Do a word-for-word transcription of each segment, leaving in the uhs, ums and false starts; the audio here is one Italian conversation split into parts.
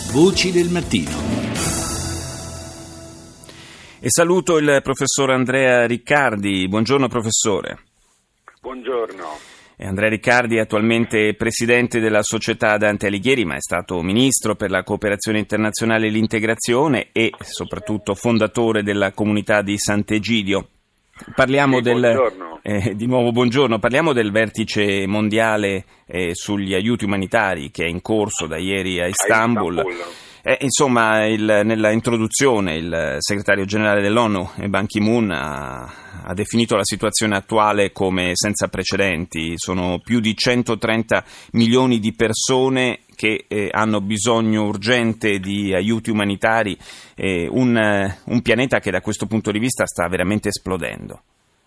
Voci del mattino. E saluto il professor Andrea Riccardi. Buongiorno professore. Buongiorno. Andrea Riccardi è attualmente presidente della società Dante Alighieri, ma è stato ministro per la cooperazione internazionale e l'integrazione e soprattutto fondatore della comunità di Sant'Egidio. Parliamo sì, del buongiorno. Eh, di nuovo buongiorno, parliamo del vertice mondiale eh, sugli aiuti umanitari che è in corso da ieri a Istanbul. A Istanbul. Eh, insomma, il, nella introduzione il segretario generale dell'ONU, Ban Ki-moon, ha, ha definito la situazione attuale come senza precedenti. Sono più di centotrenta milioni di persone che eh, hanno bisogno urgente di aiuti umanitari, eh, un, un pianeta che da questo punto di vista sta veramente esplodendo.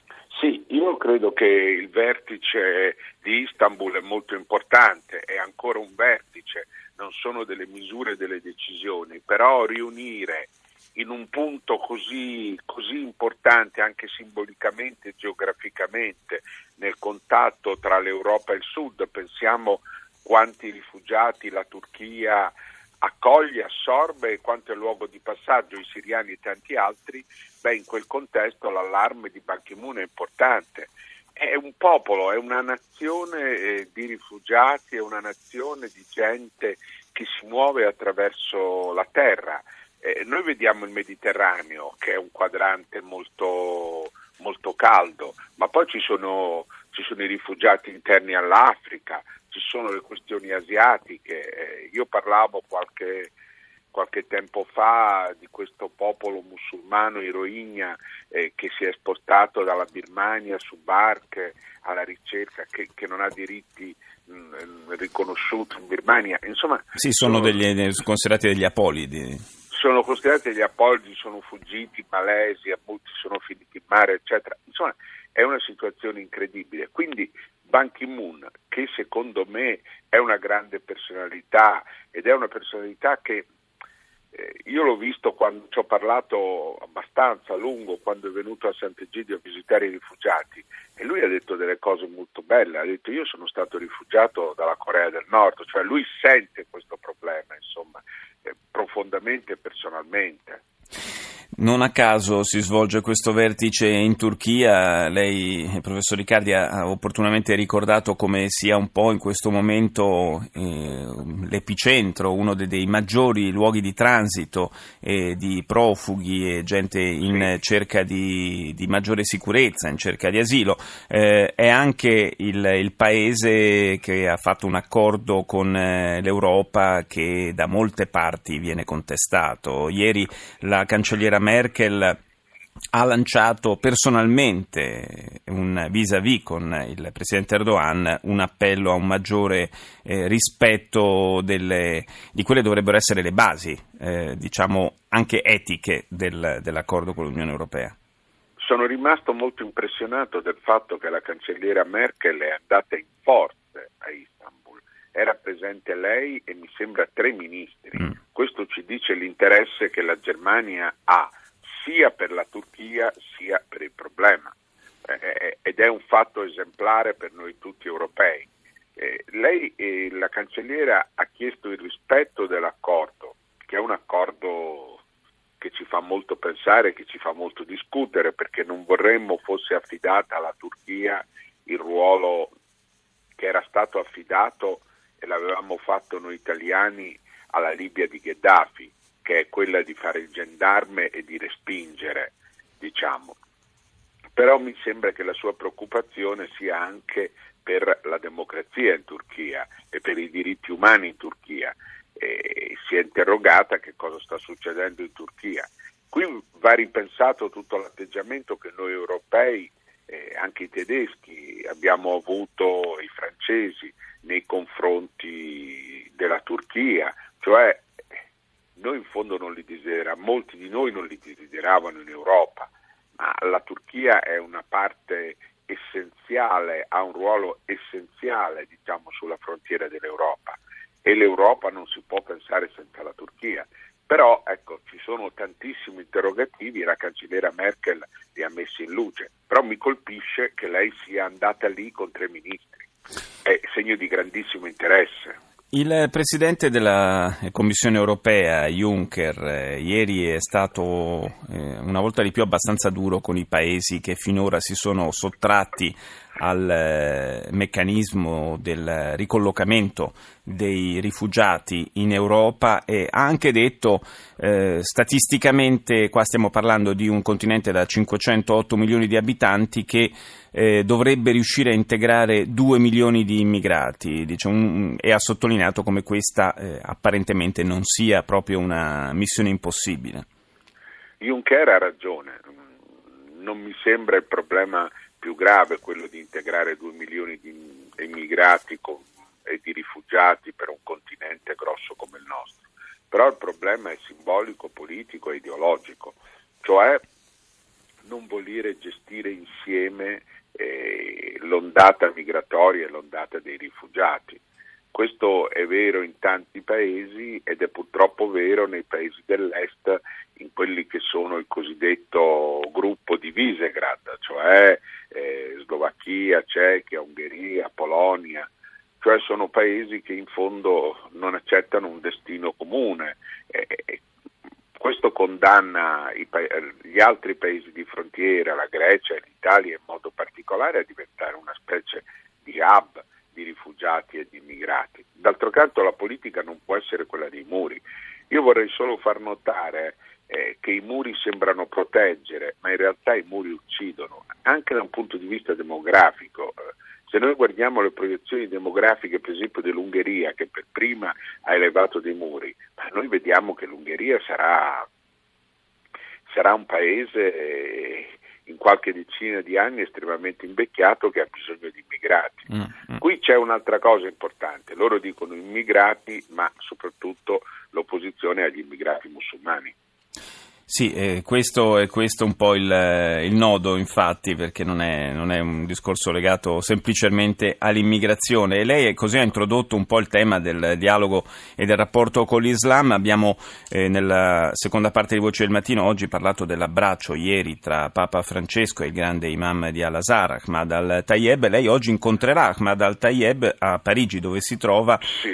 Sì, io credo che il vertice di Istanbul è molto importante, è ancora un vertice, non sono delle misure, delle decisioni, però riunire in un punto così, così importante anche simbolicamente e geograficamente nel contatto tra l'Europa e il Sud, pensiamo quanti rifugiati la Turchia accoglie, assorbe e quanto è luogo di passaggio, i siriani e tanti altri, beh, in quel contesto l'allarme di Ban Ki-moon è importante. È un popolo, è una nazione eh, di rifugiati, è una nazione di gente che si muove attraverso la terra. Eh, noi vediamo il Mediterraneo, che è un quadrante molto, molto caldo, ma poi ci sono, ci sono i rifugiati interni all'Africa, ci sono le questioni asiatiche. Eh, io parlavo qualche, qualche tempo fa di questo popolo musulmano, i Rohingya, eh, che si è spostato dalla Birmania su barche alla ricerca, che, che non ha diritti mh, riconosciuti in Birmania. Insomma, sì, sono, sono degli, considerati degli apolidi. Sono considerati degli apolidi, sono fuggiti in Malesia, molti sono finiti in mare, eccetera. Insomma, è una situazione incredibile. Quindi Ban Ki-moon, che secondo me è una grande personalità ed è una personalità che eh, io l'ho visto quando ci ho parlato abbastanza a lungo, quando è venuto a Sant'Egidio a visitare i rifugiati, e lui ha detto delle cose molto belle. Ha detto: io sono stato rifugiato dalla Corea del Nord, cioè lui sente questo problema, insomma, eh, profondamente e personalmente. Non a caso si svolge questo vertice in Turchia. Lei, professor Riccardi, ha opportunamente ricordato come sia un po' in questo momento eh, l'epicentro, uno dei, dei maggiori luoghi di transito eh, di profughi e gente in cerca di, di maggiore sicurezza, in cerca di asilo. Eh, è anche il, il paese che ha fatto un accordo con eh, l'Europa che da molte parti viene contestato. Ieri la cancelliera Merkel ha lanciato personalmente un vis-à-vis con il presidente Erdogan, un appello a un maggiore eh, rispetto delle, di quelle dovrebbero essere le basi, eh, diciamo anche etiche del, dell'accordo con l'Unione Europea. Sono rimasto molto impressionato del fatto che la cancelliera Merkel è andata in forze a Istanbul. Era presente lei e mi sembra tre ministri. Mm. Questo ci dice l'interesse che la Germania ha sia per la Turchia sia per il problema, eh, ed è un fatto esemplare per noi tutti europei. Eh, lei, eh, la cancelliera, ha chiesto il rispetto dell'accordo, che è un accordo che ci fa molto pensare, che ci fa molto discutere, perché non vorremmo fosse affidata alla Turchia il ruolo che era stato affidato e l'avevamo fatto noi italiani alla Libia di Gheddafi, che è quella di fare il gendarme e di respingere, diciamo. Però mi sembra che la sua preoccupazione sia anche per la democrazia in Turchia e per i diritti umani in Turchia. E si è interrogata che cosa sta succedendo in Turchia. Qui va ripensato tutto l'atteggiamento che noi europei, eh, anche i tedeschi, abbiamo avuto, i francesi, nei confronti della Turchia, cioè noi in fondo non li desideravamo, molti di noi non li desideravano in Europa, ma la Turchia è una parte essenziale, ha un ruolo essenziale, diciamo, sulla frontiera dell'Europa, e l'Europa non si può pensare senza la Turchia. Però ecco, ci sono tantissimi interrogativi e la cancelliera Merkel li ha messi in luce, però mi colpisce che lei sia andata lì con tre ministri, è segno di grandissimo interesse. Il Presidente della Commissione Europea, Juncker, eh, ieri è stato eh, una volta di più abbastanza duro con i paesi che finora si sono sottratti al eh, meccanismo del ricollocamento dei rifugiati in Europa e ha anche detto eh, statisticamente, qua stiamo parlando di un continente da cinquecentootto milioni di abitanti che eh, dovrebbe riuscire a integrare due milioni di immigrati, diciamo, un, e ha sottolineato come questa eh, apparentemente non sia proprio una missione impossibile. Juncker ha ragione, non mi sembra il problema più grave quello di integrare due milioni di immigrati con, e di rifugiati per un continente grosso come il nostro, però il problema è simbolico, politico e ideologico, cioè non volere gestire insieme eh, l'ondata migratoria e l'ondata dei rifugiati. Questo è vero in tanti paesi ed è purtroppo vero nei paesi dell'est, in quelli che sono il cosiddetto gruppo di Visegrad, cioè eh, Slovacchia, Cechia, Ungheria, Polonia, cioè sono paesi che in fondo non accettano un destino comune. Eh, questo condanna i pa- gli altri paesi di frontiera, la Grecia e l'Italia in modo particolare, a diventare una specie di hub di rifugiati e di immigrati. D'altro canto la politica non può essere quella dei muri. Io vorrei solo far notare eh, che i muri sembrano proteggere, ma in realtà i muri uccidono, anche da un punto di vista demografico. Se noi guardiamo le proiezioni demografiche, per esempio dell'Ungheria, che per prima ha elevato dei muri, ma noi vediamo che l'Ungheria sarà, sarà un paese eh, in qualche decina di anni estremamente invecchiato che ha bisogno di immigrati. Mm-hmm. Qui c'è un'altra cosa importante, loro dicono immigrati, ma soprattutto l'opposizione agli immigrati musulmani. Sì, eh, questo è questo un po' il, il nodo, infatti, perché non è, non è un discorso legato semplicemente all'immigrazione. E lei così ha introdotto un po' il tema del dialogo e del rapporto con l'Islam. Abbiamo eh, nella seconda parte di Voce del Mattino oggi parlato dell'abbraccio ieri tra Papa Francesco e il grande imam di Al-Azhar, Ahmad Al-Tayeb. Lei oggi incontrerà Ahmad Al-Tayeb a Parigi, dove si trova sì.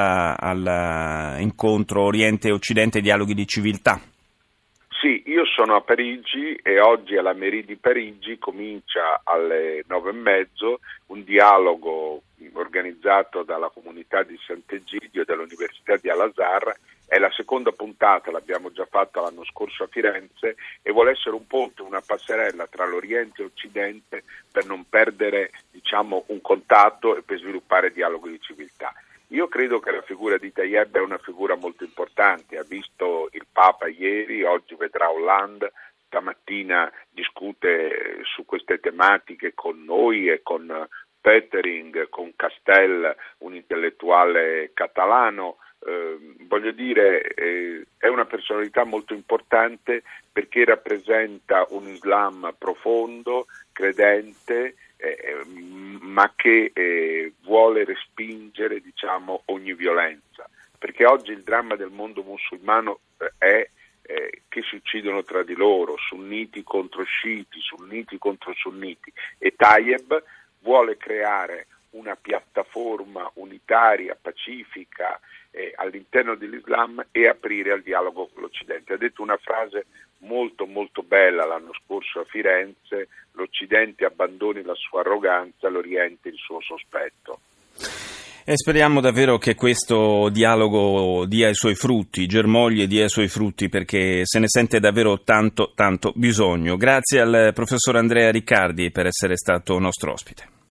all'incontro Oriente-Occidente Dialoghi di Civiltà. Sì, io sono a Parigi e oggi alla Mairie di Parigi comincia alle nove e mezzo un dialogo organizzato dalla comunità di Sant'Egidio e dall'Università di Al-Azhar. È la seconda puntata, l'abbiamo già fatta l'anno scorso a Firenze e vuole essere un ponte, una passerella tra l'Oriente e l'Occidente per non perdere, diciamo, un contatto e per sviluppare dialogo di civiltà. Io credo che la figura di Tayeb è una figura molto importante, ha visto il Papa ieri, oggi vedrà Hollande, stamattina discute su queste tematiche con noi e con Pöttering, con Castel, un intellettuale catalano. Eh, voglio dire, eh, è una personalità molto importante perché rappresenta un Islam profondo, credente, eh, ma che eh, vuole respingere, diciamo, ogni violenza, perché oggi il dramma del mondo musulmano eh, è eh, che si uccidono tra di loro, sunniti contro sciiti, sunniti contro sunniti, e Tayeb vuole creare una piattaforma unitaria, pacifica eh, all'interno dell'Islam e aprire al dialogo con l'Occidente. Ha detto una frase molto molto bella l'anno scorso a Firenze: l'Occidente abbandoni la sua arroganza, l'Oriente il suo sospetto. E speriamo davvero che questo dialogo dia i suoi frutti, germogli e dia i suoi frutti, perché se ne sente davvero tanto tanto bisogno. Grazie al professor Andrea Riccardi per essere stato nostro ospite.